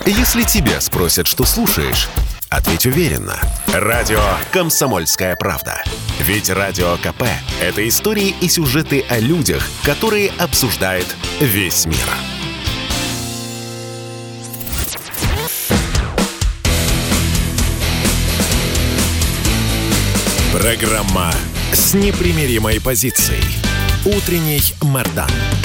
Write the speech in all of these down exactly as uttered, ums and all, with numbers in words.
Если тебя спросят, что слушаешь, ответь уверенно. Радио «Комсомольская правда». Ведь Радио КП – это истории и сюжеты о людях, которые обсуждает весь мир. Программа с непримиримой позицией. Утренний Мардан.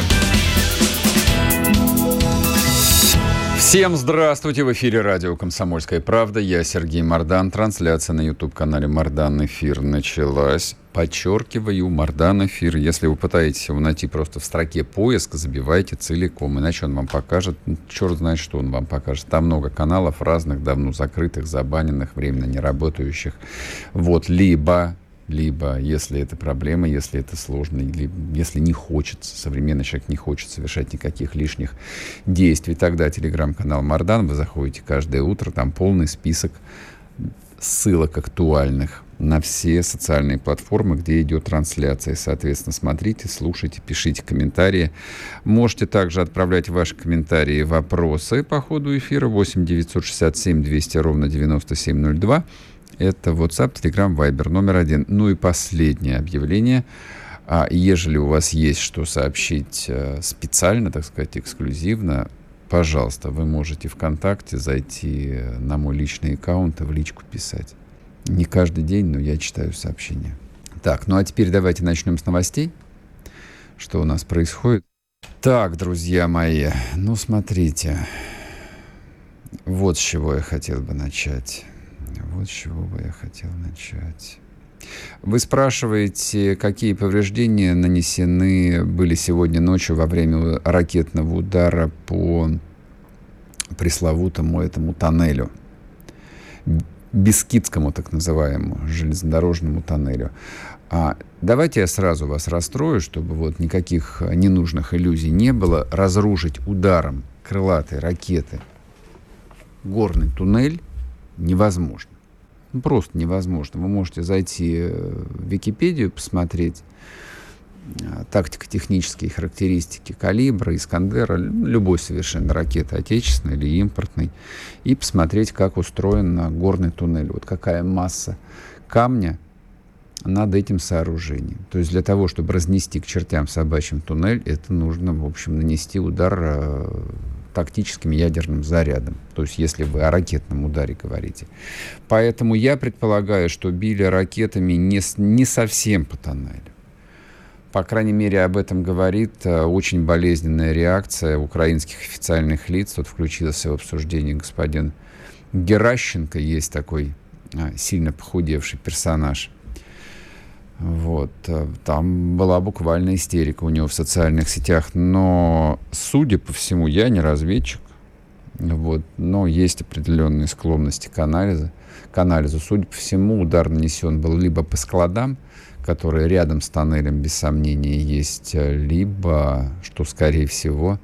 Всем здравствуйте! В эфире радио «Комсомольская правда». Я Сергей Мардан. Трансляция на YouTube-канале «Мардан Эфир» началась. Подчеркиваю, «Мардан Эфир». Если вы пытаетесь его найти просто в строке поиска, забивайте целиком. Иначе он вам покажет, черт знает, что он вам покажет. Там много каналов разных, давно закрытых, забаненных, временно не работающих. Вот, либо... Либо, если это проблема, если это сложно, или если не хочется, современный человек не хочет совершать никаких лишних действий, тогда телеграм-канал Мардан, вы заходите каждое утро, там полный список ссылок актуальных на все социальные платформы, где идет трансляция. Соответственно, смотрите, слушайте, пишите комментарии. Можете также отправлять ваши комментарии, вопросы по ходу эфира восемь девятьсот шестьдесят семь двести ровно девяносто семь ноль два. Это WhatsApp, Telegram, Viber номер один. Ну и последнее объявление. А ежели у вас есть что сообщить специально, так сказать, эксклюзивно, пожалуйста, вы можете ВКонтакте зайти на мой личный аккаунт и в личку писать. Не каждый день, но я читаю сообщения. Так, ну а теперь давайте начнем с новостей. Что у нас происходит? Так, друзья мои, ну смотрите. Вот с чего я хотел бы начать. Вот с чего бы я хотел начать. Вы спрашиваете, какие повреждения нанесены были сегодня ночью во время ракетного удара по пресловутому этому тоннелю. Бескидскому, так называемому, железнодорожному тоннелю. А давайте я сразу вас расстрою, чтобы вот никаких ненужных иллюзий не было. Разрушить ударом крылатой ракеты горный туннель невозможно. Ну, просто невозможно. Вы можете зайти в Википедию, посмотреть тактико-технические характеристики калибра, Искандера, любой совершенно ракеты, отечественной или импортной, и посмотреть, как устроен горный туннель. Вот какая масса камня над этим сооружением. То есть для того, чтобы разнести к чертям собачьим туннель, это нужно, в общем, нанести удар тактическим ядерным зарядом. То есть, если вы о ракетном ударе говорите. Поэтому я предполагаю, что били ракетами не, не совсем по тоннелю. По крайней мере, об этом говорит очень болезненная реакция украинских официальных лиц. Тут включился в обсуждение господин Геращенко. Есть такой сильно похудевший персонаж. Вот. Там была буквально истерика у него в социальных сетях. Но, судя по всему, я не разведчик. Вот. Но есть определенные склонности к анализу. К анализу. Судя по всему, удар нанесен был либо по складам, которые рядом с тоннелем, без сомнения, есть, либо, что скорее всего,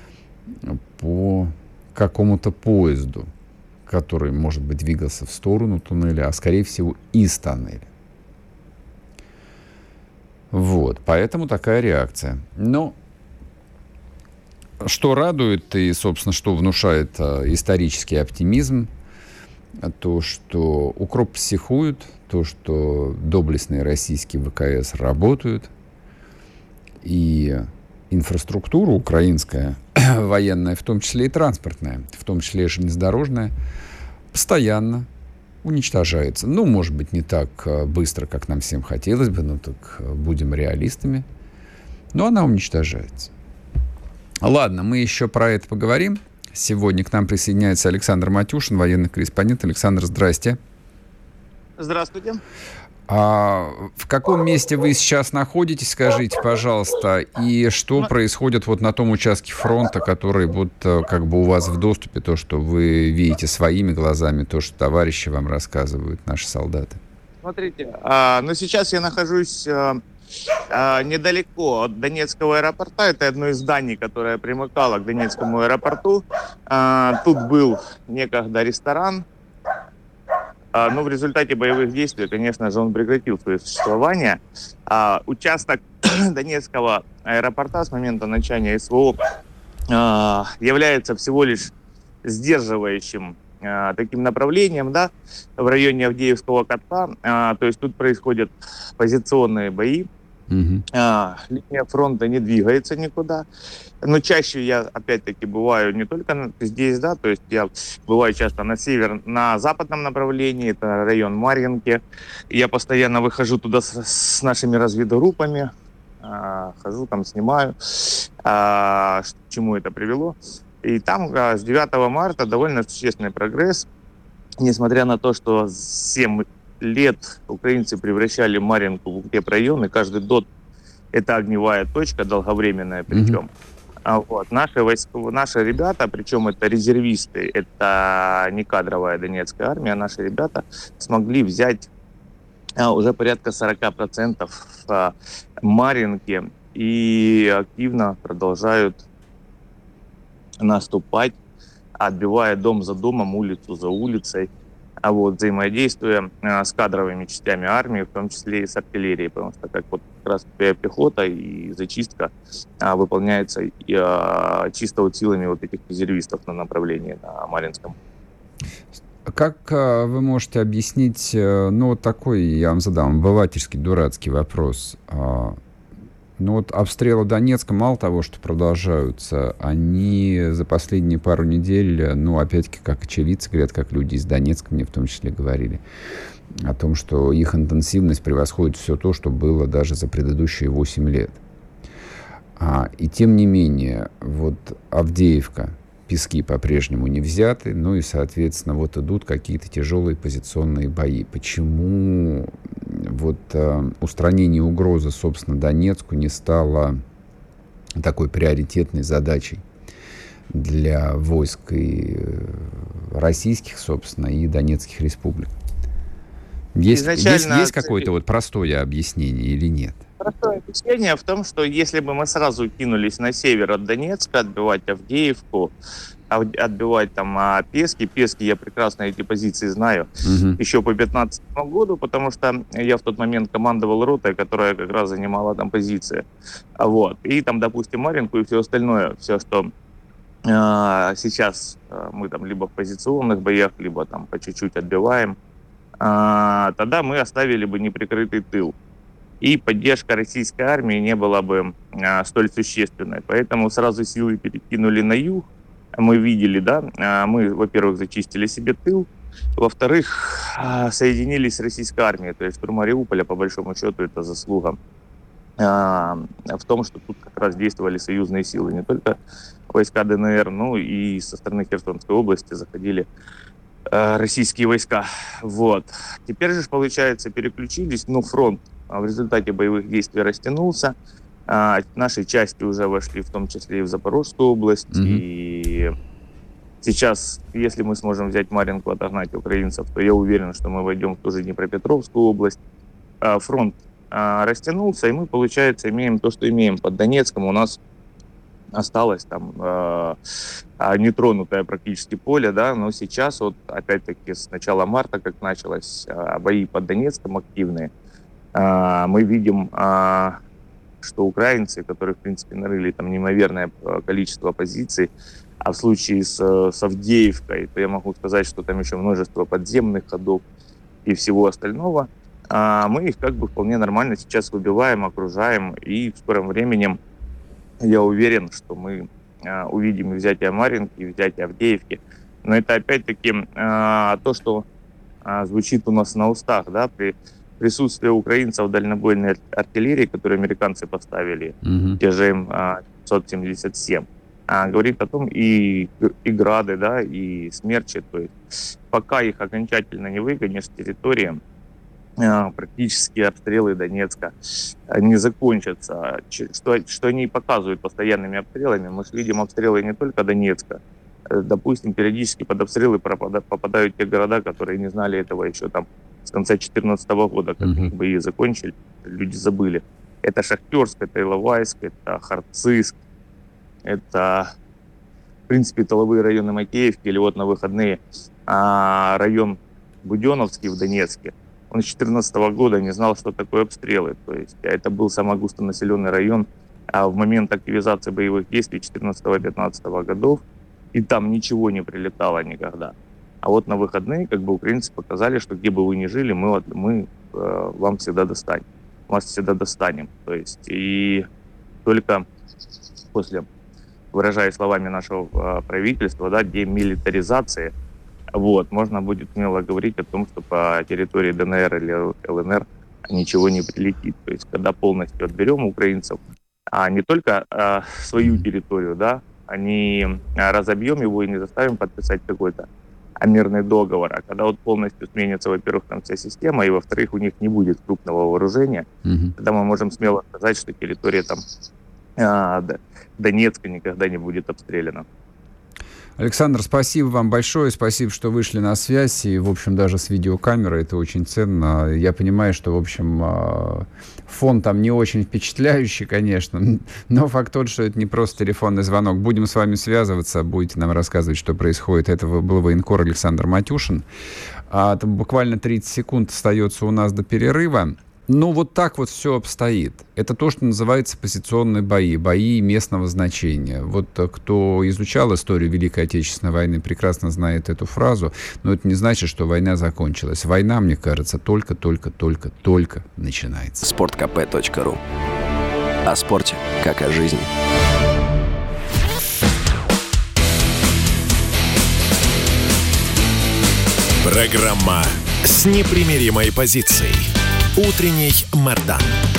по какому-то поезду, который, может быть, двигался в сторону туннеля, а, скорее всего, из тоннеля. Вот, поэтому такая реакция. Но что радует и, собственно, что внушает а, исторический оптимизм, то, что укроп психуют, то, что доблестные российские ВКС работают, и инфраструктура украинская, военная, в том числе и транспортная, в том числе и железнодорожная, постоянно уничтожается. Ну, может быть, не так быстро, как нам всем хотелось бы, но так будем реалистами. Но она уничтожается. Ладно, мы еще про это поговорим. Сегодня к нам присоединяется Александр Матюшин, военный корреспондент. Александр, здрасте. Здравствуйте. А в каком месте вы сейчас находитесь, скажите, пожалуйста, и что происходит вот на том участке фронта, который вот как бы у вас в доступе, то, что вы видите своими глазами, то, что товарищи вам рассказывают, наши солдаты? Смотрите, а, ну сейчас я нахожусь а, а, недалеко от Донецкого аэропорта. Это одно из зданий, которое примыкало к Донецкому аэропорту. А, тут был некогда ресторан. А, но в результате боевых действий, конечно же, он прекратил свое существование. А, участок Донецкого аэропорта с момента начала СВО а, является всего лишь сдерживающим э, таким направлением, да, в районе Авдеевского котла. Э, то есть тут происходят позиционные бои. Мгм. А, линия фронта не двигается никуда. Но чаще я, опять-таки, бываю не только на- здесь, да, то есть я бываю часто на север, на западном направлении, это район Марьинки. Я постоянно выхожу туда с, с нашими разведгруппами, а, хожу там, снимаю, а, ш- к чему это привело. И там а, с девятого марта довольно существенный прогресс, несмотря на то, что семь лет украинцы превращали Марьинку в укрепрайон, и каждый дот — это огневая точка, долговременная причем. А вот, наши, войска, наши ребята, причем это резервисты, это не кадровая Донецкая армия, наши ребята смогли взять а, уже порядка сорок процентов а, Марьинки и активно продолжают наступать, отбивая дом за домом, улицу за улицей, а вот взаимодействуя а, с кадровыми частями армии, в том числе и с артиллерией, потому что как вот как раз пе- пехота и зачистка а, выполняется и, а, чисто вот силами вот этих резервистов на направлении на Марьинском. Как а, вы можете объяснить, э, ну, вот такой, я вам задам, обывательский, дурацкий вопрос. А, Ну, вот обстрелы Донецка, мало того, что продолжаются, они за последние пару недель, ну, опять-таки, как очевидцы говорят, как люди из Донецка мне в том числе говорили, о том, что их интенсивность превосходит все то, что было даже за предыдущие восемь лет. А, и тем не менее, вот Авдеевка, Пески по-прежнему не взяты, ну и, соответственно, вот идут какие-то тяжелые позиционные бои. Почему вот э, устранение угрозы, собственно, Донецку не стало такой приоритетной задачей для войск и э, российских, собственно, и донецких республик? Есть, есть, Изначально есть какое-то вот простое объяснение или нет? простое объяснение в том, что если бы мы сразу кинулись на север от Донецка, отбивать Авдеевку, ав- отбивать там а, Пески, Пески, я прекрасно эти позиции знаю, Мгм. еще по пятнадцатому году, потому что я в тот момент командовал ротой, которая как раз занимала там позиции. А Вот. И там, допустим, Марьинку и все остальное, все, что а, сейчас а, мы там либо в позиционных боях, либо там по чуть-чуть отбиваем, а, тогда мы оставили бы неприкрытый тыл. И поддержка российской армии не была бы а, столь существенной. Поэтому сразу силы перекинули на юг. Мы видели, да, а, мы, во-первых, зачистили себе тыл, во-вторых, а, соединились с российской армией. То есть штурм Мариуполя, по большому счету, это заслуга а, в том, что тут как раз действовали союзные силы. Не только войска ДНР, но и со стороны Херсонской области заходили а, российские войска. Вот. Теперь же, получается, переключились, ну, фронт а, в результате боевых действий растянулся. А, Наши части уже вошли в том числе и в Запорожскую область. Мгм. И сейчас, если мы сможем взять Марьинку, отогнать украинцев, то я уверен, что мы войдем в ту же Днепропетровскую область. А, Фронт а, растянулся, и мы, получается, имеем то, что имеем. Под Донецком у нас осталось там э, а, нетронутое практически поле, да, но сейчас вот опять-таки с начала марта, как началось, а, бои под Донецком активные, а, мы видим, а, что украинцы, которые, в принципе, нарыли там неимоверное а, количество позиций, а в случае с, с Авдеевкой, то я могу сказать, что там еще множество подземных ходов и всего остального, а, мы их как бы вполне нормально сейчас выбиваем, окружаем, и в скором времени я уверен, что мы а, увидим и взятие Марьинки, и взятие Авдеевки. Но это опять-таки а, то, что а, звучит у нас на устах, да, при присутствии украинцев в дальнобойной ар- артиллерии, которую американцы поставили, Мгм. те же эм пятьсот семьдесят семь, а, говорит о том, и, и грады, да, и смерчи, то есть пока их окончательно не выгонишь с территории, а, практически обстрелы Донецка а, не закончатся. Ч- Что, что они показывают постоянными обстрелами? Мы же видим обстрелы не только Донецка. Э, Допустим, периодически под обстрелы пропада- попадают те города, которые не знали этого еще там с конца две тысячи четырнадцатого года, как у Мгм. них бои закончили, люди забыли. Это Шахтерск, это Иловайск, это Харциск, это, в принципе, тыловые районы Макеевки, или вот на выходные а, район Буденновский в Донецке. Он с две тысячи четырнадцатого года не знал, что такое обстрелы. То есть это был самый густонаселенный район а в момент активизации боевых действий две тысячи четырнадцатого-пятнадцатого годов. и там ничего не прилетало никогда. А вот на выходные как бы украинцы показали, что где бы вы ни жили, мы, мы э, вам всегда достанем. Вас всегда достанем. То есть и только после, выражаясь словами нашего э, правительства, да, демилитаризации, вот, можно будет смело говорить о том, что по территории ДНР или ЛНР ничего не прилетит. То есть когда полностью отберем украинцев, а не только э, свою территорию, да, а не разобьем его и не заставим подписать какой-то мирный договор, а когда вот полностью сменится, во-первых, там вся система, и, во-вторых, у них не будет крупного вооружения, mm-hmm. тогда мы можем смело сказать, что территория там а, Донецка никогда не будет обстреляна. Александр, спасибо вам большое, спасибо, что вышли на связь, и, в общем, даже с видеокамерой, это очень ценно. Я понимаю, что, в общем, фон там не очень впечатляющий, конечно, но факт тот, что это не просто телефонный звонок. Будем с вами связываться, будете нам рассказывать, что происходит. Это был военкор Александр Матюшин. А, буквально тридцать секунд остается у нас до перерыва. Ну, вот так вот все обстоит. Это то, что называется позиционные бои, бои местного значения. Вот кто изучал историю Великой Отечественной войны, прекрасно знает эту фразу, но это не значит, что война закончилась. Война, мне кажется, только-только-только-только начинается. спорт кэ пэ точка ру. О спорте, как о жизни. Программа с непримиримой позицией. Утренний Мардан.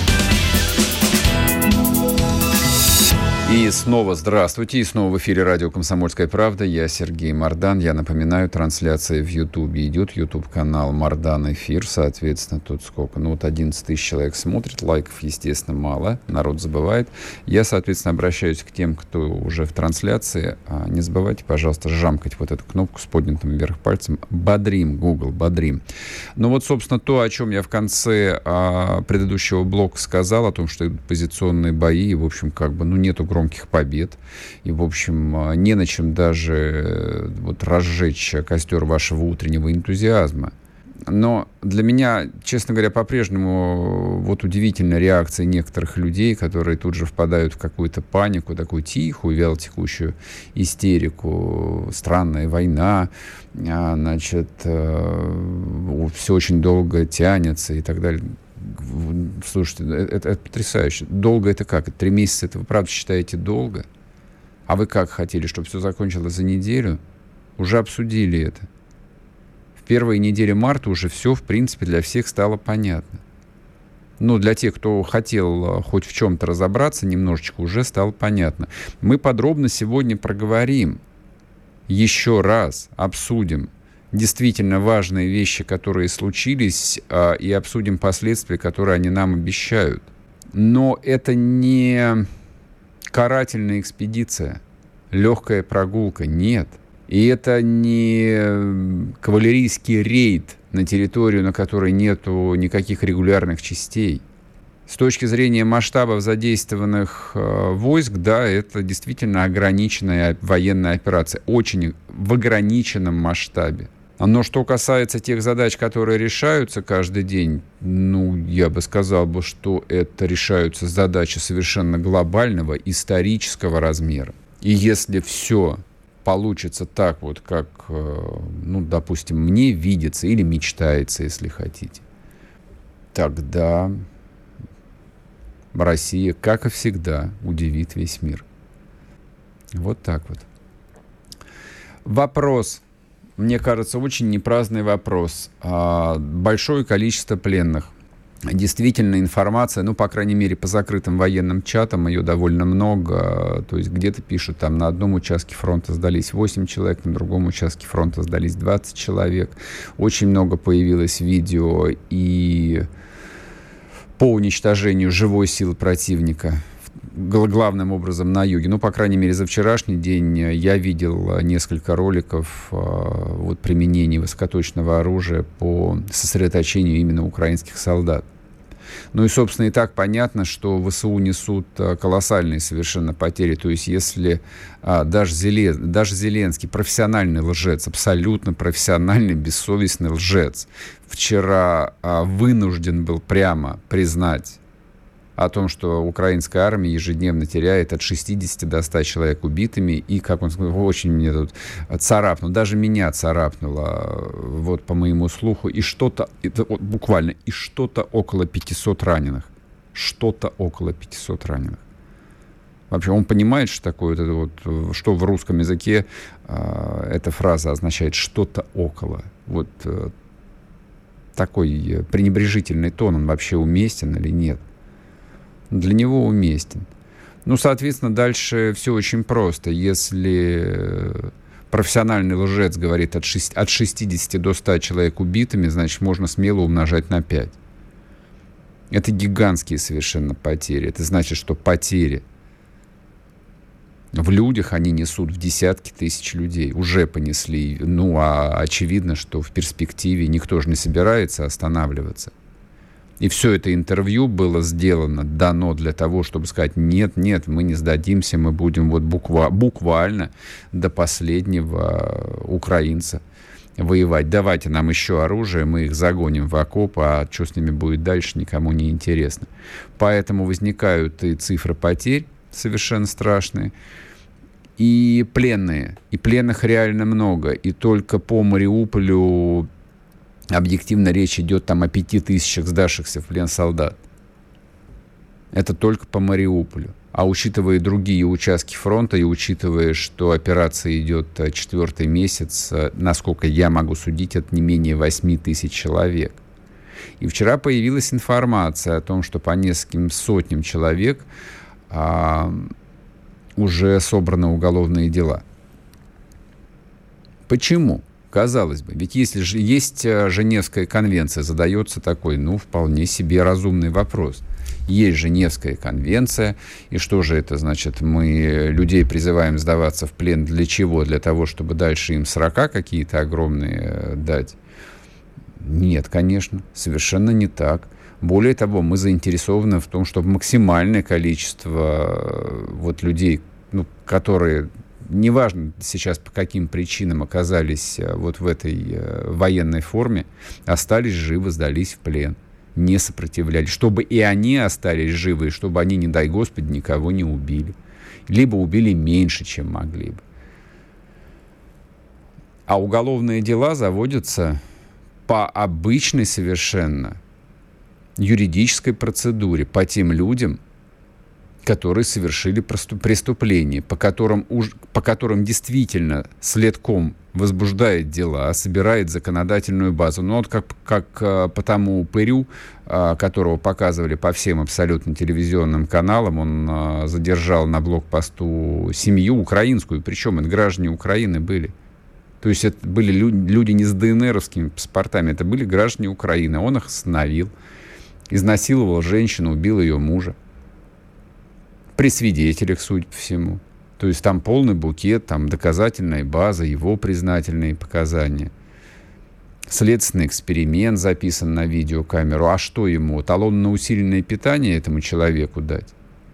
И снова здравствуйте. И снова в эфире радио «Комсомольская правда». Я Сергей Мардан. Я напоминаю, трансляция в Ютубе идет. Ютуб-канал «Мардан Эфир». Соответственно, тут сколько? Ну, вот одиннадцать тысяч человек смотрит. Лайков, естественно, мало. Народ забывает. Я, соответственно, обращаюсь к тем, кто уже в трансляции. Не забывайте, пожалуйста, жамкать вот эту кнопку с поднятым вверх пальцем. Бодрим, Google, бодрим. Ну, вот, собственно, то, о чем я в конце а, предыдущего блока сказал, о том, что идут позиционные бои, и, в общем, как бы, ну, нету громких побед. И, в общем, не на чем даже вот разжечь костер вашего утреннего энтузиазма. Но для меня, честно говоря, по-прежнему вот удивительная реакция некоторых людей, которые тут же впадают в какую-то панику, такую тихую, вялотекущую истерику. Странная война, значит, все очень долго тянется и так далее. Слушайте, это, это потрясающе. Долго это как? Три месяца это вы правда считаете долго? А вы как хотели, чтобы все закончилось за неделю? Уже обсудили это. В первой неделе марта уже все, в принципе, для всех стало понятно. Ну, для тех, кто хотел хоть в чем-то разобраться, немножечко уже стало понятно. Мы подробно сегодня проговорим, еще раз обсудим действительно важные вещи, которые случились, и обсудим последствия, которые они нам обещают. Но это не карательная экспедиция, легкая прогулка, нет. И это не кавалерийский рейд на территорию, на которой нету никаких регулярных частей. С точки зрения масштабов задействованных э, войск, да, это действительно ограниченная военная операция, очень в ограниченном масштабе. Но что касается тех задач, которые решаются каждый день, ну, я бы сказал, бы, что это решаются задачи совершенно глобального, исторического размера. И если все получится так вот, как, ну, допустим, мне видится или мечтается, если хотите, тогда Россия, как и всегда, удивит весь мир. Вот так вот. Вопрос. Мне кажется, очень непраздный вопрос. Большое количество пленных. Действительно, информация, ну, по крайней мере, по закрытым военным чатам, ее довольно много. То есть где-то пишут, там, на одном участке фронта сдались восемь человек, на другом участке фронта сдались двадцать человек. Очень много появилось видео и по уничтожению живой силы противника, главным образом на юге. Ну, по крайней мере, за вчерашний день я видел несколько роликов вот, применения высокоточного оружия по сосредоточению именно украинских солдат. Ну и, собственно, и так понятно, что ВСУ несут колоссальные совершенно потери. То есть если а, даже, Зелен, даже Зеленский, профессиональный лжец, абсолютно профессиональный, бессовестный лжец, вчера а, вынужден был прямо признать о том, что украинская армия ежедневно теряет от шестидесяти до ста человек убитыми, и, как он сказал, очень мне тут царапнуло, даже меня царапнуло, вот по моему слуху, и что-то, это вот буквально, и что-то около пятисот раненых. Что-то около пятисот раненых. Вообще, он понимает, что такое, это вот, что в русском языке э, эта фраза означает «что-то около». Вот э, такой пренебрежительный тон, он вообще уместен или нет? Для него уместен. Ну, соответственно, дальше все очень просто. Если профессиональный лжец говорит от, шесть, от шестидесяти до ста человек убитыми, значит, можно смело умножать на пять. Это гигантские совершенно потери. Это значит, что потери в людях они несут в десятки тысяч людей. Уже понесли. Ну, а очевидно, что в перспективе никто же не собирается останавливаться. И все это интервью было сделано, дано для того, чтобы сказать, нет, нет, мы не сдадимся, мы будем вот буква, буквально до последнего украинца воевать. Давайте нам еще оружие, мы их загоним в окоп, а что с ними будет дальше, никому не интересно. Поэтому возникают и цифры потерь совершенно страшные, и пленные. И пленных реально много. И только по Мариуполю объективно речь идет там о пяти тысячах сдавшихся в плен солдат. Это только по Мариуполю. А учитывая другие участки фронта и учитывая, что операция идет четвертый месяц, насколько я могу судить, это не менее восьми тысяч человек. И вчера появилась информация о том, что по нескольким сотням человек а, уже собраны уголовные дела. Почему? Казалось бы, ведь если же есть Женевская конвенция, задается такой, ну, вполне себе разумный вопрос. Есть Женевская конвенция, и что же это значит? Мы людей призываем сдаваться в плен для чего? Для того, чтобы дальше им срока какие-то огромные дать? Нет, конечно, совершенно не так. Более того, мы заинтересованы в том, чтобы максимальное количество вот людей, ну, которые, неважно сейчас по каким причинам оказались вот в этой военной форме, остались живы, сдались в плен, не сопротивлялись, чтобы и они остались живы, и чтобы они, не дай Господи, никого не убили. Либо убили меньше, чем могли бы. А уголовные дела заводятся по обычной совершенно юридической процедуре по тем людям, которые совершили преступление, по которым, уж, по которым действительно следком возбуждает дела, собирает законодательную базу. Ну вот как, как по тому упырю, которого показывали по всем абсолютно телевизионным каналам, он задержал на блокпосту семью украинскую, причем это граждане Украины были. То есть это были люди не с ДНРовскими паспортами, это были граждане Украины. Он их остановил, изнасиловал женщину, убил ее мужа. При свидетелях, судя по всему. То есть там полный букет, там доказательная база, его признательные показания. Следственный эксперимент записан на видеокамеру. А что ему? Талон на усиленное питание этому человеку дать?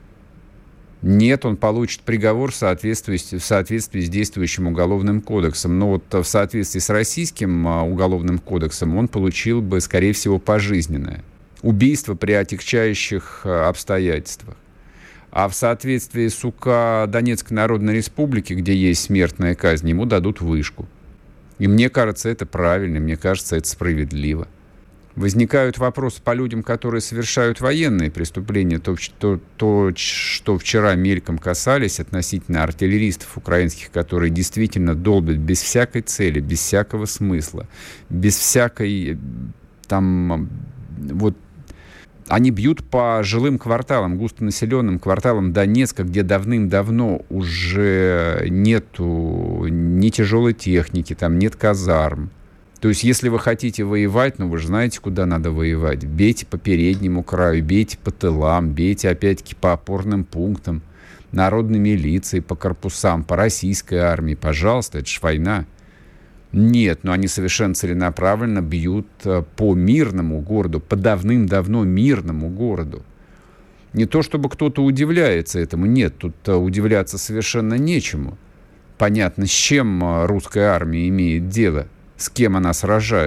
Нет, он получит приговор в соответствии, в соответствии с действующим уголовным кодексом. Но вот в соответствии с российским уголовным кодексом он получил бы, скорее всего, пожизненное. Убийство при отягчающих обстоятельствах. А в соответствии с УК Донецкой Народной Республики, где есть смертная казнь, ему дадут вышку. И мне кажется, это правильно, мне кажется, это справедливо. Возникают вопросы по людям, которые совершают военные преступления, то, то, то что вчера мельком касались относительно артиллеристов украинских, которые действительно долбят без всякой цели, без всякого смысла, без всякой там вот. Они бьют по жилым кварталам, густонаселенным кварталам Донецка, где давным-давно уже нету ни тяжелой техники, там нет казарм. То есть, если вы хотите воевать, ну, вы же знаете, куда надо воевать. Бейте по переднему краю, бейте по тылам, бейте, опять-таки, по опорным пунктам, народной милиции, по корпусам, по российской армии. Пожалуйста, это ж война. Нет, но они совершенно целенаправленно бьют по мирному городу, по давным-давно мирному городу. Не то чтобы кто-то удивляется этому, нет, тут удивляться совершенно нечему. Понятно, с чем русская армия имеет дело, с кем она сражается.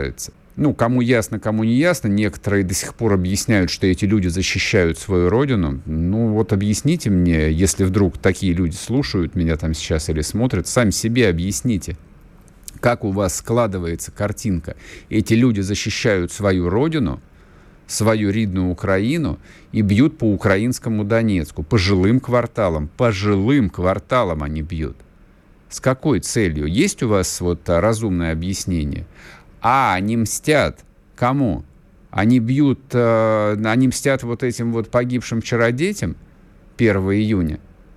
Ну, кому ясно, кому не ясно. Некоторые до сих пор объясняют, что эти люди защищают свою родину. Ну, вот объясните мне, если вдруг такие люди слушают меня там сейчас или смотрят, сами себе объясните, как у вас складывается картинка. Эти люди защищают свою родину, свою рідну Украину и бьют по украинскому Донецку, по жилым кварталам, по жилым кварталам они бьют. С какой целью? Есть у вас вот разумное объяснение? А, они мстят. Кому? Они бьют, э, они мстят вот этим вот погибшим вчера детям первого июня.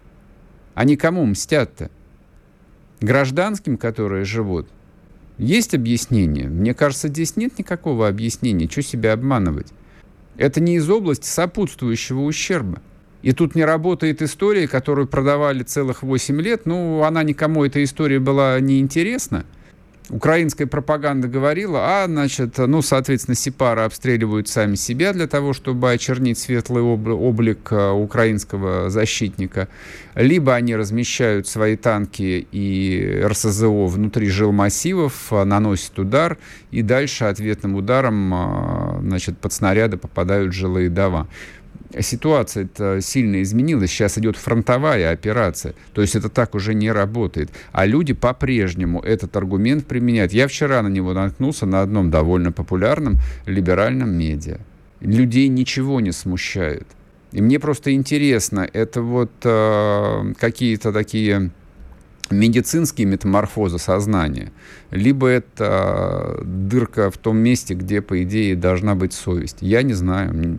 Они кому мстят-то? Гражданским, которые живут? Есть объяснение? Мне кажется, здесь нет никакого объяснения. Чего себя обманывать? Это не из области сопутствующего ущерба. И тут не работает история, которую продавали целых восемь лет. Ну, она никому, эта история была неинтересна. Украинская пропаганда говорила, а, значит, ну, соответственно, сепары обстреливают сами себя для того, чтобы очернить светлый облик украинского защитника. Либо они размещают свои танки и эр эс зэ о внутри жилмассивов, наносят удар, и дальше ответным ударом, значит, под снаряды попадают в жилые дома. Ситуация-то сильно изменилась, сейчас идет фронтовая операция, то есть это так уже не работает, а люди по-прежнему этот аргумент применяют. Я вчера на него наткнулся на одном довольно популярном либеральном медиа. Людей ничего не смущает. И мне просто интересно, это вот э, какие-то такие медицинские метаморфозы сознания, либо это дырка в том месте, где, по идее, должна быть совесть. Я не знаю.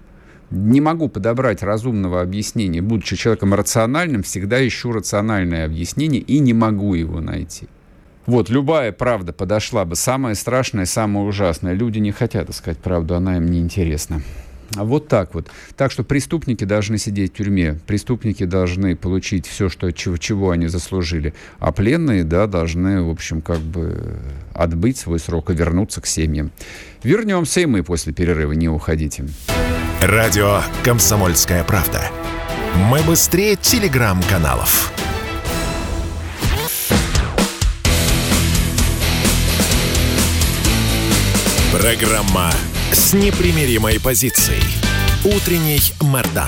Не могу подобрать разумного объяснения. Будучи человеком рациональным, всегда ищу рациональное объяснение и не могу его найти. Вот, любая правда подошла бы. Самое страшное, самое ужасное. Люди не хотят искать правду, она им не интересна. Вот так вот. Так что преступники должны сидеть в тюрьме. Преступники должны получить все, что, чего, чего они заслужили. А пленные, да, должны, в общем, как бы отбыть свой срок и вернуться к семьям. Вернемся и мы после перерыва. Не уходите. Радио «Комсомольская правда». Мы быстрее телеграм-каналов. Программа с непримиримой позицией. Утренний Мардан.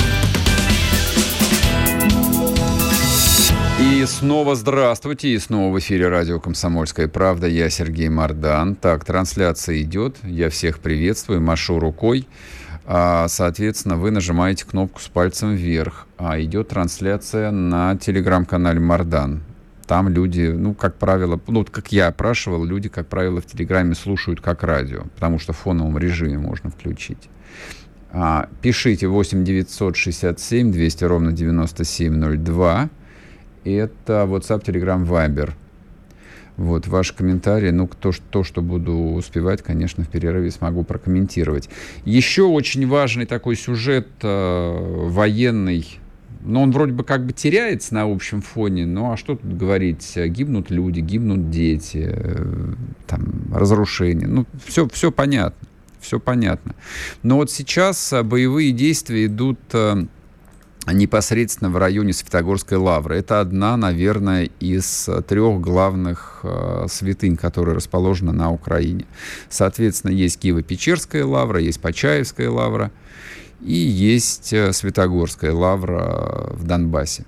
И снова здравствуйте, и снова в эфире радио «Комсомольская правда». Я Сергей Мардан. Так, трансляция идет, я всех приветствую, машу рукой. А, соответственно, вы нажимаете кнопку с пальцем вверх, а идет трансляция на телеграм-канале Мардан. Там люди, ну, как правило, ну, вот как я опрашивал, люди, как правило, в Телеграме слушают как радио, потому что в фоновом режиме можно включить. А, пишите восемь девятьсот шестьдесят семь двести ровно девяносто семь ноль два. Это WhatsApp, Telegram, Viber. Вот, ваши комментарии, ну, то, то, что буду успевать, конечно, в перерыве смогу прокомментировать. Еще очень важный такой сюжет э, военный, но он вроде бы как бы теряется на общем фоне, ну, а что тут говорить, гибнут люди, гибнут дети, э, там, разрушения, ну, все, все понятно, все понятно. Но вот сейчас боевые действия идут... Э, непосредственно в районе Святогорской лавры. Это одна, наверное, из трех главных э, святынь, которые расположены на Украине. Соответственно, есть Киево-Печерская лавра, есть Почаевская лавра и есть э, Святогорская лавра в Донбассе.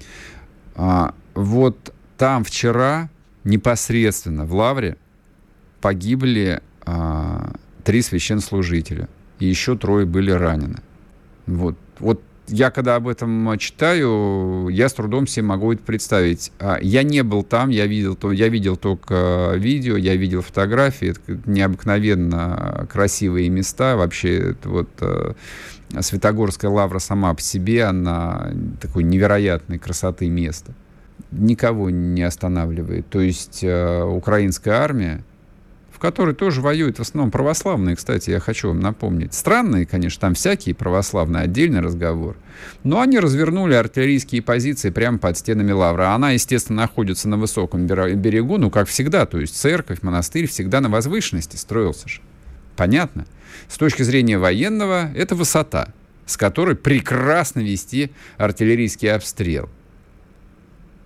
А, вот там вчера непосредственно в лавре погибли э, три священнослужителя, и еще трое были ранены. Вот, вот я когда об этом читаю, я с трудом себе могу это представить. Я не был там, я видел, я видел только видео, я видел фотографии. Это необыкновенно красивые места. Вообще, это вот Святогорская лавра сама по себе, она такой невероятной красоты место. Никого не останавливает. То есть украинская армия, в которой тоже воюют в основном православные, кстати, я хочу вам напомнить. Странные, конечно, там всякие православные, отдельный разговор. Но они развернули артиллерийские позиции прямо под стенами лавры. Она, естественно, находится на высоком берегу, ну, как всегда. То есть церковь, монастырь всегда на возвышенности строился же. Понятно? С точки зрения военного, это высота, с которой прекрасно вести артиллерийский обстрел.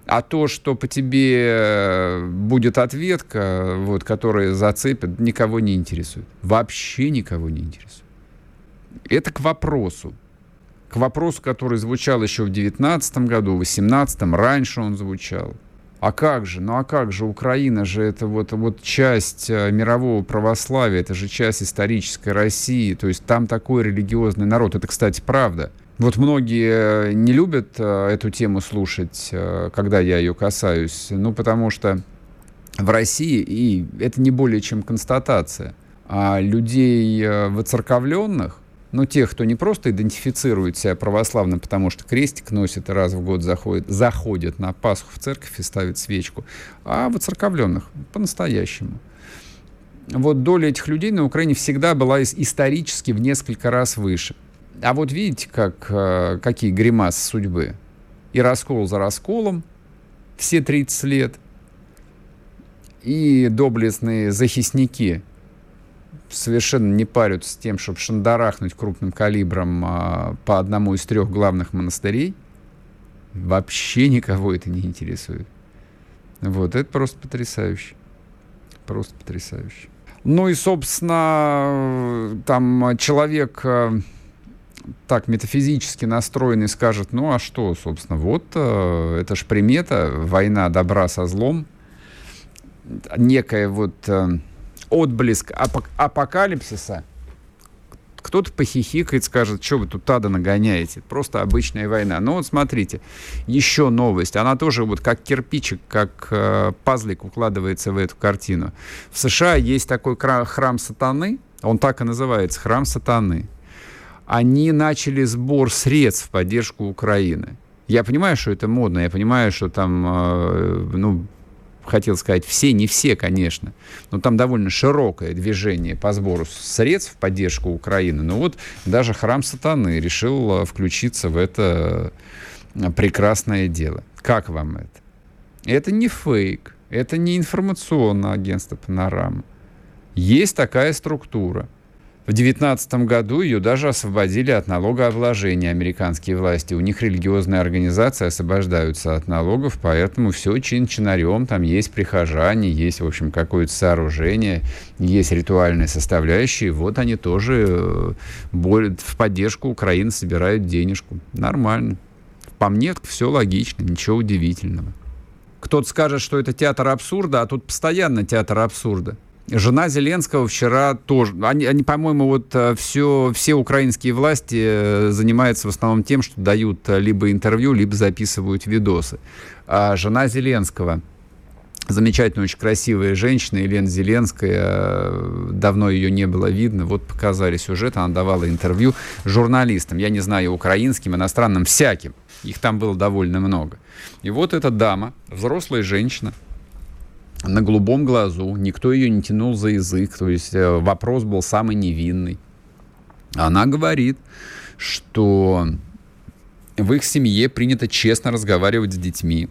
А то, что по тебе будет ответка, вот, которая зацепит, никого не интересует. Вообще никого не интересует. Это к вопросу. К вопросу, который звучал еще в девятнадцатом году, в восемнадцатом, раньше он звучал. А как же? Ну а как же? Украина же это вот, вот часть мирового православия, это же часть исторической России. То есть там такой религиозный народ. Это, кстати, правда. Вот многие не любят эту тему слушать, когда я ее касаюсь, ну потому что в России, и это не более чем констатация, а людей воцерковленных, ну, тех, кто не просто идентифицирует себя православным, потому что крестик носит и раз в год заходит, заходит на Пасху в церковь и ставит свечку, а воцерковленных по-настоящему. Вот доля этих людей на Украине всегда была исторически в несколько раз выше. А вот видите, как, какие гримасы судьбы. И раскол за расколом все тридцать лет, и доблестные захисники совершенно не парятся с тем, чтобы шандарахнуть крупным калибром а, по одному из трех главных монастырей. Вообще никого это не интересует. Вот, это просто потрясающе. Просто потрясающе. Ну и, собственно, там человек так метафизически настроенный скажет, ну а что, собственно, вот это ж примета, война добра со злом, некая вот отблеск апок- апокалипсиса. Кто-то похихикает, скажет, что вы тут ада нагоняете, просто обычная война. Но вот смотрите, еще новость, она тоже вот как кирпичик, как э, пазлик укладывается в эту картину. В США есть такой храм сатаны, он так и называется, храм сатаны. Они начали сбор средств в поддержку Украины. Я понимаю, что это модно, я понимаю, что там, э, ну, хотел сказать, все, не все, конечно, но там довольно широкое движение по сбору средств в поддержку Украины. Но вот даже храм сатаны решил включиться в это прекрасное дело. Как вам это? Это не фейк, это не информационное агентство «Панорама». Есть такая структура. В две тысячи девятнадцатом году ее даже освободили от налогообложения американские власти. У них религиозные организации освобождаются от налогов, поэтому все чин-чинарем. Там есть прихожане, есть, в общем, какое-то сооружение, есть ритуальные составляющие. Вот они тоже в поддержку Украины собирают денежку. Нормально. По мне, все логично, ничего удивительного. Кто-то скажет, что это театр абсурда, а тут постоянно театр абсурда. Жена Зеленского вчера тоже... Они, они по-моему, вот все, все украинские власти занимаются в основном тем, что дают либо интервью, либо записывают видосы. А жена Зеленского, замечательная, очень красивая женщина, Елена Зеленская, давно ее не было видно, вот показали сюжет, она давала интервью журналистам, я не знаю, украинским, иностранным, всяким. Их там было довольно много. И вот эта дама, взрослая женщина, на голубом глазу, никто ее не тянул за язык, то есть вопрос был самый невинный. Она говорит, что в их семье принято честно разговаривать с детьми,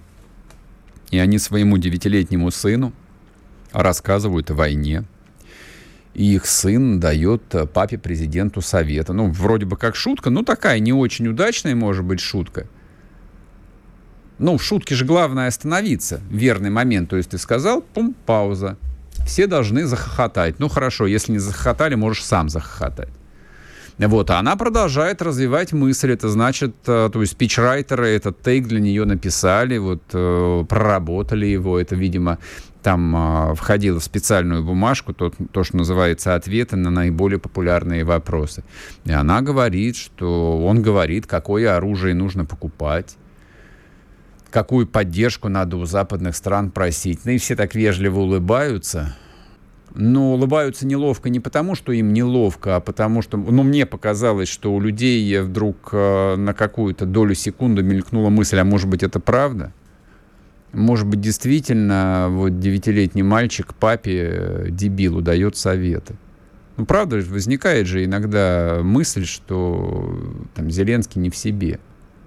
и они своему девятилетнему сыну рассказывают о войне, и их сын дает папе президенту совета. Ну, вроде бы как шутка, но такая не очень удачная, может быть, шутка. Ну, в шутке же главное остановиться в верный момент. То есть ты сказал, пум, пауза. Все должны захохотать. Ну, хорошо, если не захохотали, можешь сам захохотать. Вот, а она продолжает развивать мысль. Это значит, то есть спичрайтеры этот тейк для нее написали, вот, проработали его. Это, видимо, там входило в специальную бумажку, то, то, что называется ответы на наиболее популярные вопросы. И она говорит, что он говорит, какое оружие нужно покупать, какую поддержку надо у западных стран просить. Ну и все так вежливо улыбаются. Но улыбаются неловко не потому, что им неловко, а потому что, ну, мне показалось, что у людей вдруг э, на какую-то долю секунды мелькнула мысль, а может быть, это правда? Может быть, действительно, вот девятилетний мальчик папе, дебилу, дает советы. Ну, правда, возникает же иногда мысль, что там Зеленский не в себе.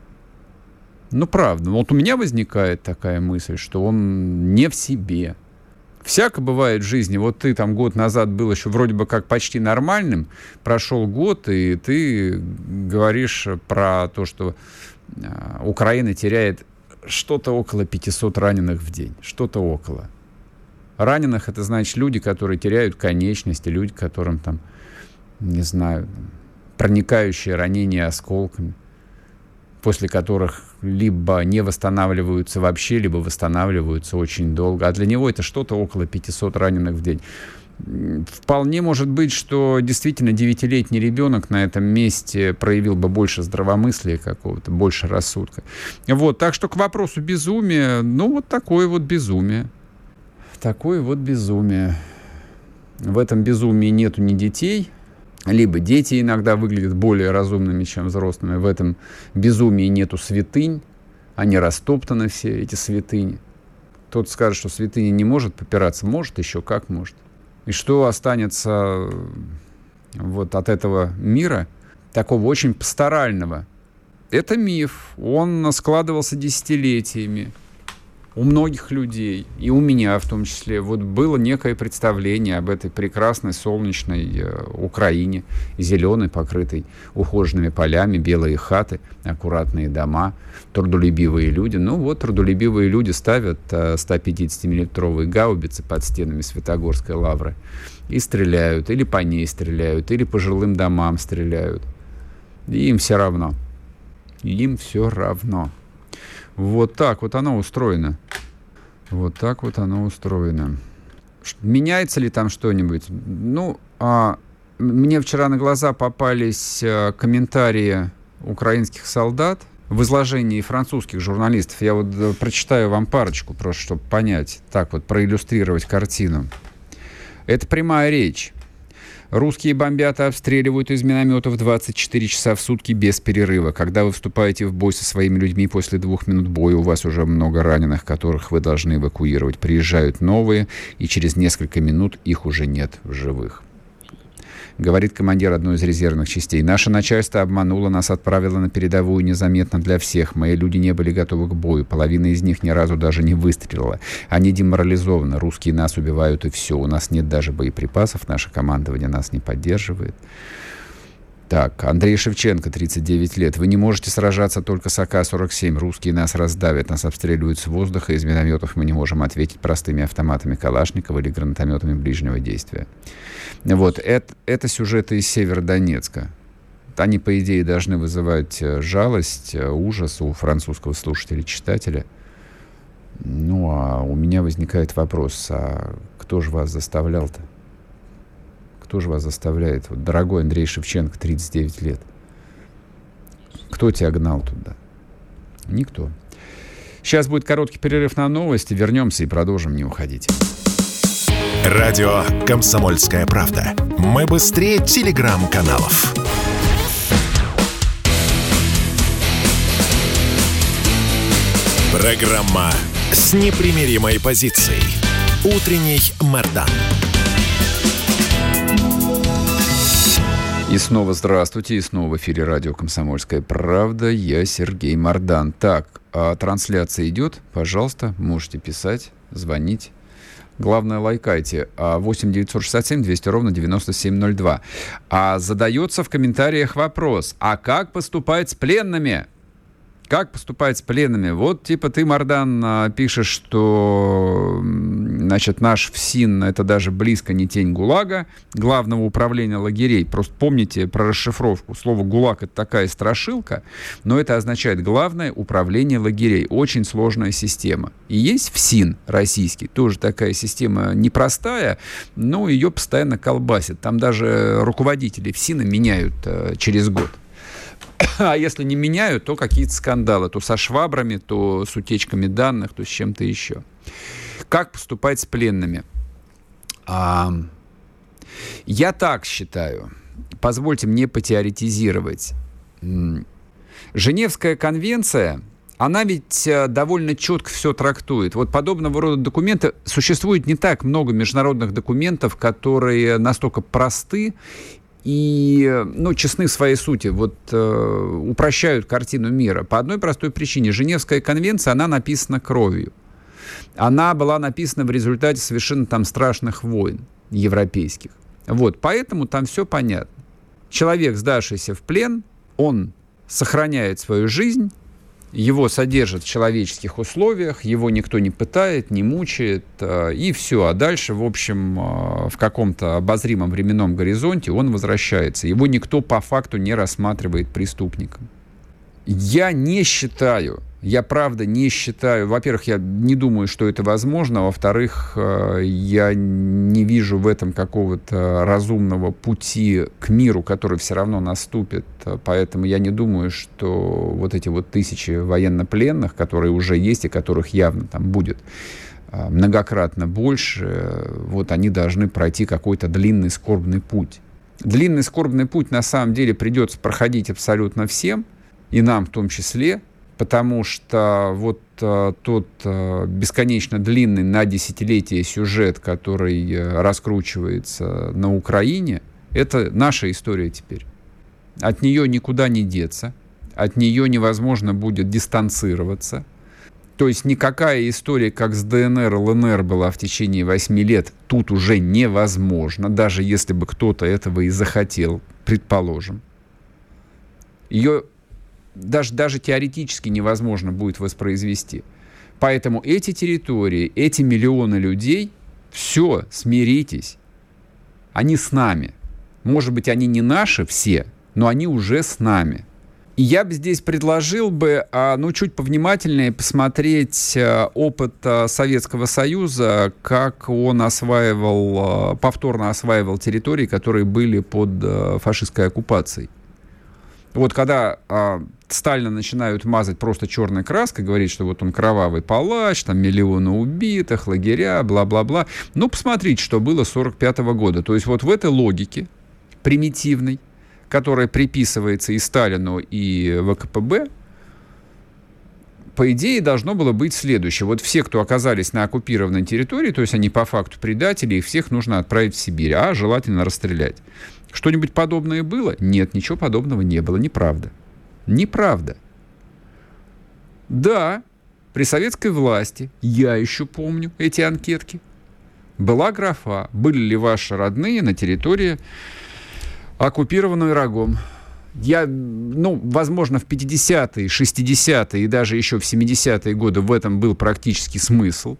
Ну, правда. Вот у меня возникает такая мысль, что он не в себе. Всяко бывает в жизни. Вот ты там год назад был еще вроде бы как почти нормальным, прошел год, и ты говоришь про то, что Украина теряет что-то около пятисот раненых в день. Что-то около. Раненых — это значит люди, которые теряют конечности, люди, которым там, не знаю, проникающие ранения осколками, после которых либо не восстанавливаются вообще, либо восстанавливаются очень долго. А для него это что-то около пятисот раненых в день. Вполне может быть, что действительно девятилетний ребенок на этом месте проявил бы больше здравомыслия какого-то, больше рассудка. Вот, так что к вопросу безумия, ну вот такое вот безумие. Такое вот безумие. В этом безумии нету ни детей, либо дети иногда выглядят более разумными, чем взрослыми. В этом безумии нету святынь, они растоптаны все, эти святыни. Кто-то скажет, что святыня не может попираться. Может, еще как может. И что останется вот от этого мира, такого очень пасторального? Это миф. Он складывался десятилетиями у многих людей, и у меня в том числе. Вот было некое представление об этой прекрасной солнечной Украине, зеленой, покрытой ухоженными полями, белые хаты, аккуратные дома, трудолюбивые люди. Ну вот, трудолюбивые люди ставят сто пятидесятимиллиметровые гаубицы под стенами Святогорской лавры и стреляют, или по ней стреляют, или по жилым домам стреляют. И им все равно. Им все равно. Вот так вот оно устроено. Вот так вот оно устроено. Меняется ли там что-нибудь? Ну, а, мне вчера на глаза попались а, комментарии украинских солдат в изложении французских журналистов. Я вот а, прочитаю вам парочку, просто чтобы понять, так вот проиллюстрировать картину. Это прямая речь. Русские бомбят и обстреливают из минометов двадцать четыре часа в сутки без перерыва. Когда вы вступаете в бой со своими людьми после двух минут боя, у вас уже много раненых, которых вы должны эвакуировать. Приезжают новые, и через несколько минут их уже нет в живых. Говорит командир одной из резервных частей. Наше начальство обмануло нас, отправило на передовую незаметно для всех. Мои люди не были готовы к бою. Половина из них ни разу даже не выстрелила. Они деморализованы. Русские нас убивают, и все. У нас нет даже боеприпасов. Наше командование нас не поддерживает. Так, Андрей Шевченко, тридцать девять лет. Вы не можете сражаться только с а ка сорок семь. Русские нас раздавят, нас обстреливают с воздуха, из минометов мы не можем ответить простыми автоматами Калашникова или гранатометами ближнего действия. Вот, это, это сюжеты из Северодонецка. Они, по идее, должны вызывать жалость, ужас у французского слушателя-читателя. Ну, а у меня возникает вопрос, а кто же вас заставлял-то? Кто же вас заставляет? Вот, дорогой Андрей Шевченко, тридцать девять лет. Кто тебя гнал туда? Никто. Сейчас будет короткий перерыв на новости. Вернемся и продолжим. Не уходите. Радио «Комсомольская правда». Мы быстрее телеграм-каналов. Программа с непримиримой позицией. Утренний Мардан. И снова здравствуйте, и снова в эфире радио «Комсомольская правда». Я Сергей Мардан. Так, а трансляция идет? Пожалуйста, можете писать, звонить. Главное, лайкайте. восемь девятьсот шестьдесят семь двести ровно девяносто семь ноль два. А задается в комментариях вопрос. А как поступать с пленными? Как поступать с пленными? Вот, типа, ты, Мардан, пишешь, что, значит, наш ФСИН — это даже близко не тень ГУЛАГа, Главного управления лагерей. Просто помните про расшифровку. Слово «ГУЛАГ» — это такая страшилка, но это означает Главное управление лагерей. Очень сложная система. И есть ФСИН российский, тоже такая система непростая, но ее постоянно колбасит. Там даже руководители ФСИНа меняют э, через год. А если не меняют, то какие-то скандалы. То со швабрами, то с утечками данных, то с чем-то еще. Как поступать с пленными? А, я так считаю. Позвольте мне потеоретизировать. Женевская конвенция, она ведь довольно четко все трактует. Вот подобного рода документы. Существует не так много международных документов, которые настолько просты и, ну, честны в своей сути, вот э, упрощают картину мира. По одной простой причине. Женевская конвенция, она написана кровью. Она была написана в результате совершенно там страшных войн европейских. Вот, поэтому там все понятно. Человек, сдавшийся в плен, он сохраняет свою жизнь, Его содержат в человеческих условиях, его никто не пытает, не мучает, и все. А дальше, в общем, в каком-то обозримом временном горизонте он возвращается. Его никто по факту не рассматривает преступником. Я не считаю, я правда не считаю, во-первых, я не думаю, что это возможно, а во-вторых, я не вижу в этом какого-то разумного пути к миру, который все равно наступит, поэтому я не думаю, что вот эти вот тысячи военнопленных, которые уже есть и которых явно там будет многократно больше, вот они должны пройти какой-то длинный скорбный путь. Длинный скорбный путь на самом деле придется проходить абсолютно всем, и нам в том числе, потому что вот а, тот а, бесконечно длинный на десятилетия сюжет, который а, раскручивается на Украине, это наша история теперь. От нее никуда не деться, от нее невозможно будет дистанцироваться. То есть никакая история, как с ДНР, ЛНР была в течение восьми лет, тут уже невозможно, даже если бы кто-то этого и захотел, предположим. Ее Даже, даже теоретически невозможно будет воспроизвести. Поэтому эти территории, эти миллионы людей, все, смиритесь. Они с нами. Может быть, они не наши все, но они уже с нами. И я бы здесь предложил бы, ну, чуть повнимательнее посмотреть опыт Советского Союза, как он осваивал, повторно осваивал территории, которые были под фашистской оккупацией. Вот когда а, Сталина начинают мазать просто черной краской, говорить, что вот он кровавый палач, там миллионы убитых, лагеря, бла-бла-бла. Ну, посмотрите, что было с сорок пятого года. То есть вот в этой логике примитивной, которая приписывается и Сталину, и ВКПБ, по идее, должно было быть следующее. Вот все, кто оказались на оккупированной территории, то есть они по факту предатели, их всех нужно отправить в Сибирь, а желательно расстрелять. Что-нибудь подобное было? Нет, ничего подобного не было. Неправда. Неправда. Да, при советской власти, я еще помню эти анкетки, была графа, были ли ваши родные на территории, оккупированной врагом. Я, ну, возможно, в пятидесятые, шестидесятые и даже еще в семидесятые годы в этом был практически смысл.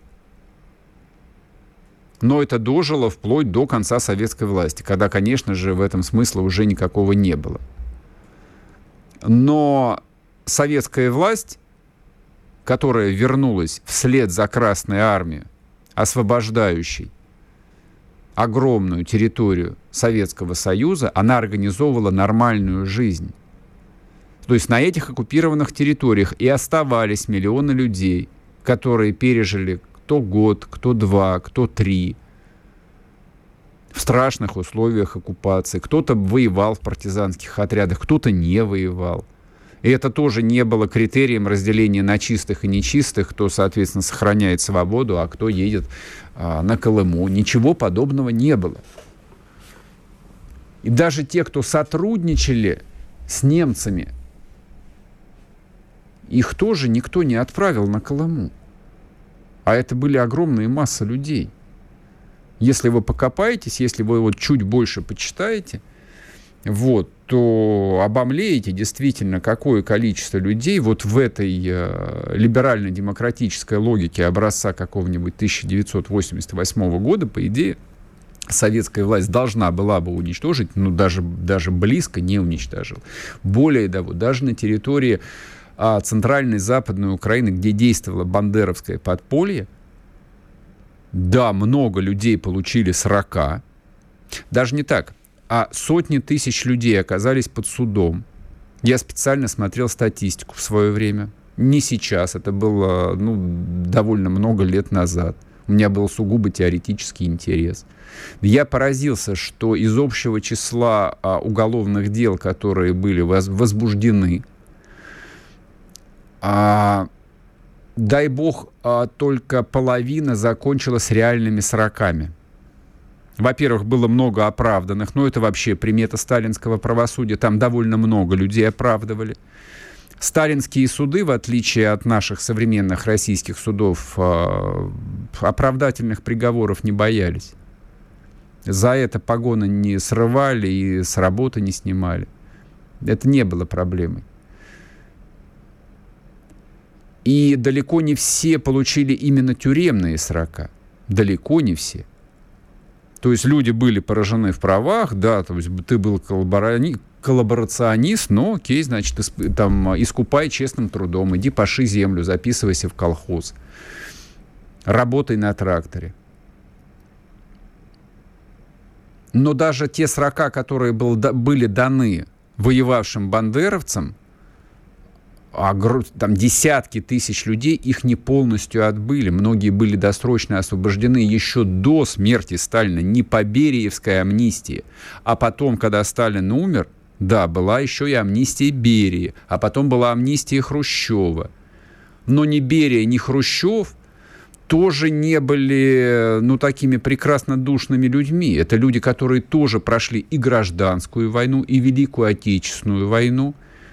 Но это дожило вплоть до конца советской власти, когда, конечно же, в этом смысла уже никакого не было. Но советская власть, которая вернулась вслед за Красной Армией, освобождающей огромную территорию Советского Союза, она организовывала нормальную жизнь. То есть на этих оккупированных территориях и оставались миллионы людей, которые пережили кто год, кто два, кто три в страшных условиях оккупации. Кто-то воевал в партизанских отрядах, кто-то не воевал. И это тоже не было критерием разделения на чистых и нечистых, кто, соответственно, сохраняет свободу, а кто едет а, на Колыму. Ничего подобного не было. И даже те, кто сотрудничали с немцами, их тоже никто не отправил на Колыму. А это были огромные массы людей. Если вы покопаетесь, если вы вот чуть больше почитаете, вот, то обомлеете действительно, какое количество людей вот в этой э, либерально-демократической логике образца какого-нибудь тысяча девятьсот восемьдесят восьмого года, по идее, советская власть должна была бы уничтожить, но даже, даже близко не уничтожила. Более того, даже на территории э, центральной и западной Украины, где действовало бандеровское подполье, да, много людей получили срока, даже не так, а сотни тысяч людей оказались под судом. Я специально смотрел статистику в свое время. Не сейчас, это было ну, довольно много лет назад. У меня был сугубо теоретический интерес. Я поразился, что из общего числа а, уголовных дел, которые были воз, возбуждены, а, дай бог, а, только половина закончилась реальными сроками. Во-первых, было много оправданных, но это вообще примета сталинского правосудия. Там довольно много людей оправдывали. Сталинские суды, в отличие от наших современных российских судов, оправдательных приговоров не боялись. За это погоны не срывали и с работы не снимали. Это не было проблемой. И далеко не все получили именно тюремные срока. Далеко не все. То есть люди были поражены в правах, да, то есть ты был коллаборани... коллаборационист, но окей, значит, исп... там, искупай честным трудом, иди паши землю, записывайся в колхоз, работай на тракторе. Но даже те срока, которые был, были даны воевавшим бандеровцам, там десятки тысяч людей, их не полностью отбыли. Многие были досрочно освобождены еще до смерти Сталина, не по Бериевской амнистии. А потом, когда Сталин умер, да, была еще и амнистия Берии, а потом была амнистия Хрущева. Но ни Берия, ни Хрущев тоже не были, ну, такими прекрасно душными людьми. Это люди, которые тоже прошли и гражданскую войну, и Великую Отечественную войну,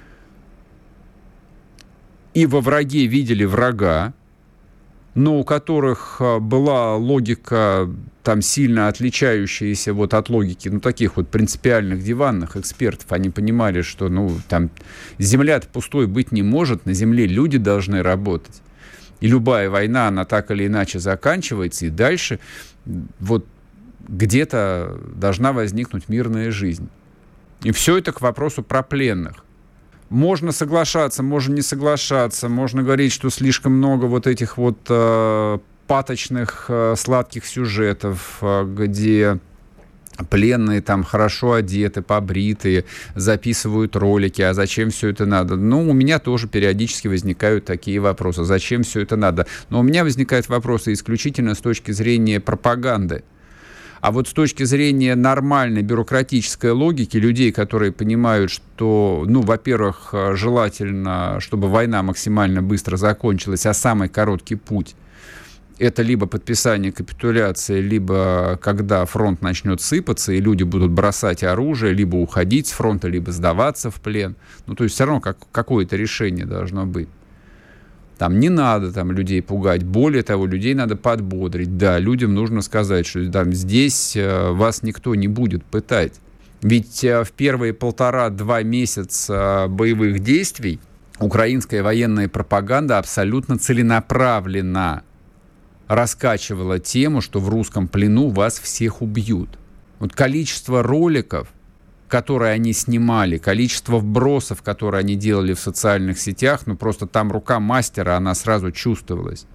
и во враге видели врага, но у которых была логика там сильно отличающаяся вот от логики, ну, таких вот принципиальных диванных экспертов. Они понимали, что, ну, там земля-то пустой быть не может, на земле люди должны работать. И любая война, она так или иначе заканчивается, и дальше вот где-то должна возникнуть мирная жизнь. И все это к вопросу про пленных. Можно соглашаться, можно не соглашаться, можно говорить, что слишком много вот этих вот э, паточных, э, сладких сюжетов, э, где пленные там хорошо одеты, побритые, записывают ролики. А зачем все это надо? Ну, у меня тоже периодически возникают такие вопросы. Зачем все это надо? Но у меня возникают вопросы исключительно с точки зрения пропаганды. А вот с точки зрения нормальной бюрократической логики людей, которые понимают, что, ну, во-первых, желательно, чтобы война максимально быстро закончилась, а самый короткий путь — это либо подписание капитуляции, либо когда фронт начнет сыпаться, и люди будут бросать оружие, либо уходить с фронта, либо сдаваться в плен. Ну, то есть все равно как, какое-то решение должно быть. Там не надо там людей пугать. Более того, людей надо подбодрить. Да, людям нужно сказать, что там здесь э, вас никто не будет пытать. Ведь э, в первые полтора-два месяца боевых действий украинская военная пропаганда абсолютно целенаправленно раскачивала тему, что в русском плену вас всех убьют. Вот количество роликов, которые они снимали, количество вбросов, которые они делали в социальных сетях, ну просто там рука мастера, она сразу чувствовалась.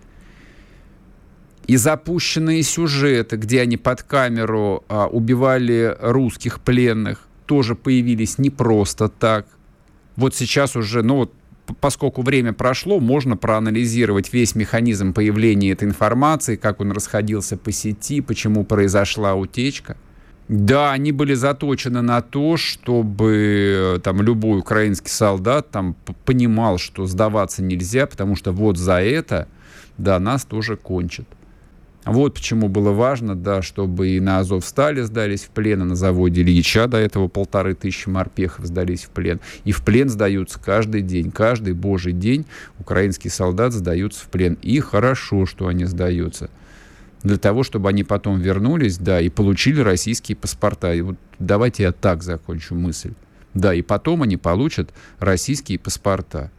И запущенные сюжеты, где они под камеру а, убивали русских пленных, тоже появились не просто так. Вот сейчас уже, ну вот, поскольку время прошло, можно проанализировать весь механизм появления этой информации, как он расходился по сети, почему произошла утечка. Да, они были заточены на то, чтобы там любой украинский солдат там понимал, что сдаваться нельзя, потому что вот за это, да, нас тоже кончат. Вот почему было важно, да, чтобы и на Азовстале сдались в плен, и на заводе Ильича до этого полторы тысячи морпехов сдались в плен. И в плен сдаются каждый день, каждый божий день украинские солдаты сдаются в плен. И хорошо, что они сдаются. Для того, чтобы они потом вернулись, да, и получили российские паспорта. И вот давайте я так закончу мысль. Да, и потом они получат российские паспорта.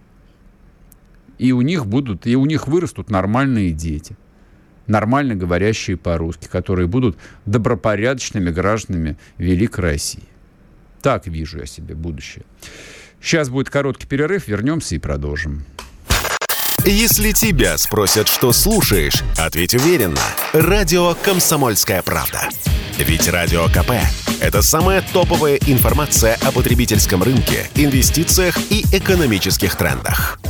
И у них будут, и у них вырастут нормальные дети, нормально говорящие по-русски, которые будут добропорядочными гражданами Великой России. Так вижу я себе будущее. Сейчас будет короткий перерыв, вернемся и продолжим. Если тебя спросят, что слушаешь, ответь уверенно. Радио «Комсомольская правда». Ведь Радио КП – это самая топовая информация о потребительском рынке, инвестициях и экономических трендах.